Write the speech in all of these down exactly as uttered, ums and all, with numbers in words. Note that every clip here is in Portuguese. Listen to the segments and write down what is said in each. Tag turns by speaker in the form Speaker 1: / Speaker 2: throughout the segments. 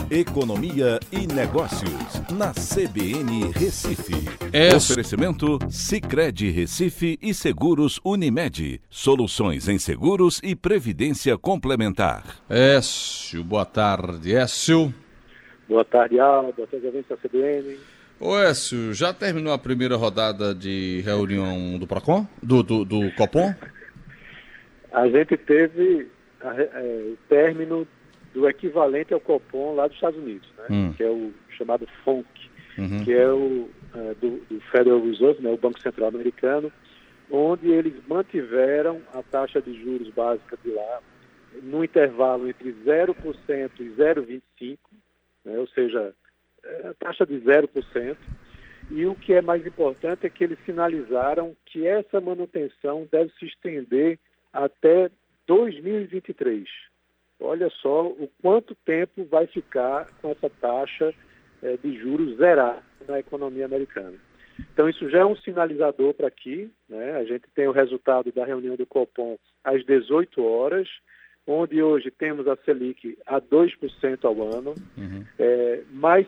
Speaker 1: Economia e Negócios, na C B N Recife.
Speaker 2: É...
Speaker 1: Oferecimento Sicredi Recife e Seguros Unimed. Soluções em seguros e previdência complementar.
Speaker 2: Écio, boa tarde, Écio.
Speaker 3: Boa tarde, Aldo. Boa tarde, ouvintes da C B N.
Speaker 2: Ô, Écio, já terminou a primeira rodada de reunião do Procon? Do, do, do Copom?
Speaker 3: A gente teve a, é, o término do equivalente ao Copom lá dos Estados Unidos, né? Hum. Que é o chamado F O N C, uhum. que é o é, do, do Federal Reserve, né? O Banco Central Americano, onde eles mantiveram a taxa de juros básica de lá no intervalo entre zero por cento e zero vírgula vinte e cinco por cento, né? Ou seja, a taxa de zero por cento. E o que é mais importante é que eles sinalizaram que essa manutenção deve se estender até dois mil e vinte e três. Olha só o quanto tempo vai ficar com essa taxa é, de juros zerada na economia americana. Então isso já é um sinalizador para aqui, né? A gente tem o resultado da reunião do Copom às dezoito horas, onde hoje temos a Selic a dois por cento ao ano, uhum. é, mas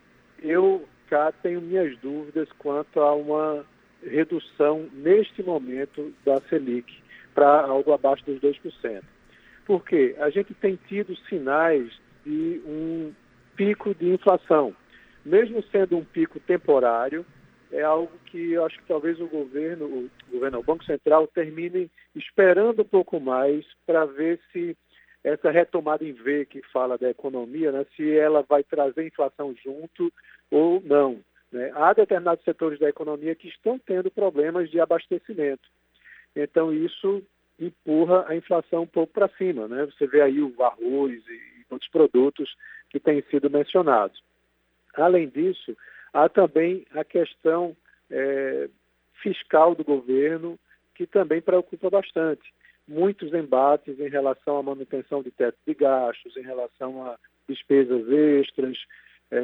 Speaker 3: eu cá tenho minhas dúvidas quanto a uma redução neste momento da Selic para algo abaixo dos dois por cento. Por quê? A gente tem tido sinais de um pico de inflação. Mesmo sendo um pico temporário, é algo que eu acho que talvez o governo, o governo, o Banco Central, termine esperando um pouco mais para ver se essa retomada em V que fala da economia, né, se ela vai trazer inflação junto ou não, né? Há determinados setores da economia que estão tendo problemas de abastecimento. Então isso empurra a inflação um pouco para cima, né? Você vê aí o arroz e outros produtos que têm sido mencionados. Além disso, há também a questão é, fiscal do governo, que também preocupa bastante. Muitos embates em relação à manutenção de teto de gastos, em relação a despesas extras, é,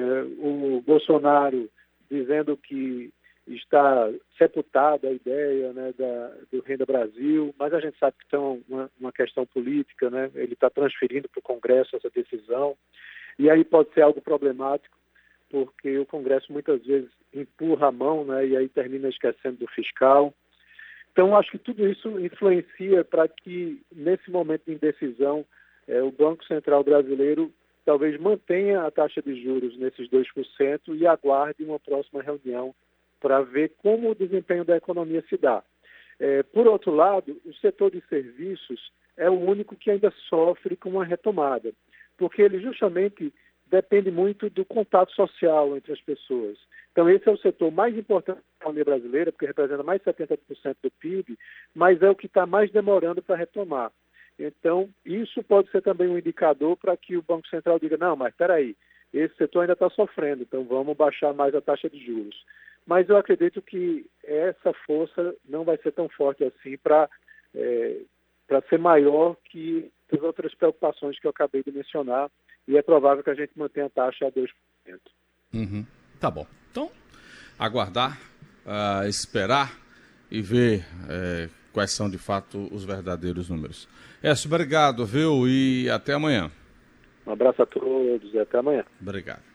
Speaker 3: o Bolsonaro dizendo que está sepultada a ideia, né, da, do Renda Brasil, mas a gente sabe que tem uma, uma questão política, né? Ele está transferindo para o Congresso essa decisão, e aí pode ser algo problemático, porque o Congresso muitas vezes empurra a mão, né, e aí termina esquecendo do fiscal. Então, acho que tudo isso influencia para que, nesse momento de indecisão, eh, o Banco Central brasileiro talvez mantenha a taxa de juros nesses dois por cento e aguarde uma próxima reunião para ver como o desempenho da economia se dá. É, por outro lado, o setor de serviços é o único que ainda sofre com uma retomada, porque ele justamente depende muito do contato social entre as pessoas. Então, esse é o setor mais importante da economia brasileira, porque representa mais de setenta por cento do P I B, mas é o que está mais demorando para retomar. Então, isso pode ser também um indicador para que o Banco Central diga, não, mas espera aí, esse setor ainda está sofrendo, então vamos baixar mais a taxa de juros. Mas eu acredito que essa força não vai ser tão forte assim para é, para ser maior que as outras preocupações que eu acabei de mencionar, e é provável que a gente mantenha a taxa a dois por cento.
Speaker 2: Uhum. Tá bom. Então, aguardar, uh, esperar e ver uh, quais são de fato os verdadeiros números. Écio, obrigado, viu? E até amanhã.
Speaker 3: Um abraço a todos e até amanhã.
Speaker 2: Obrigado.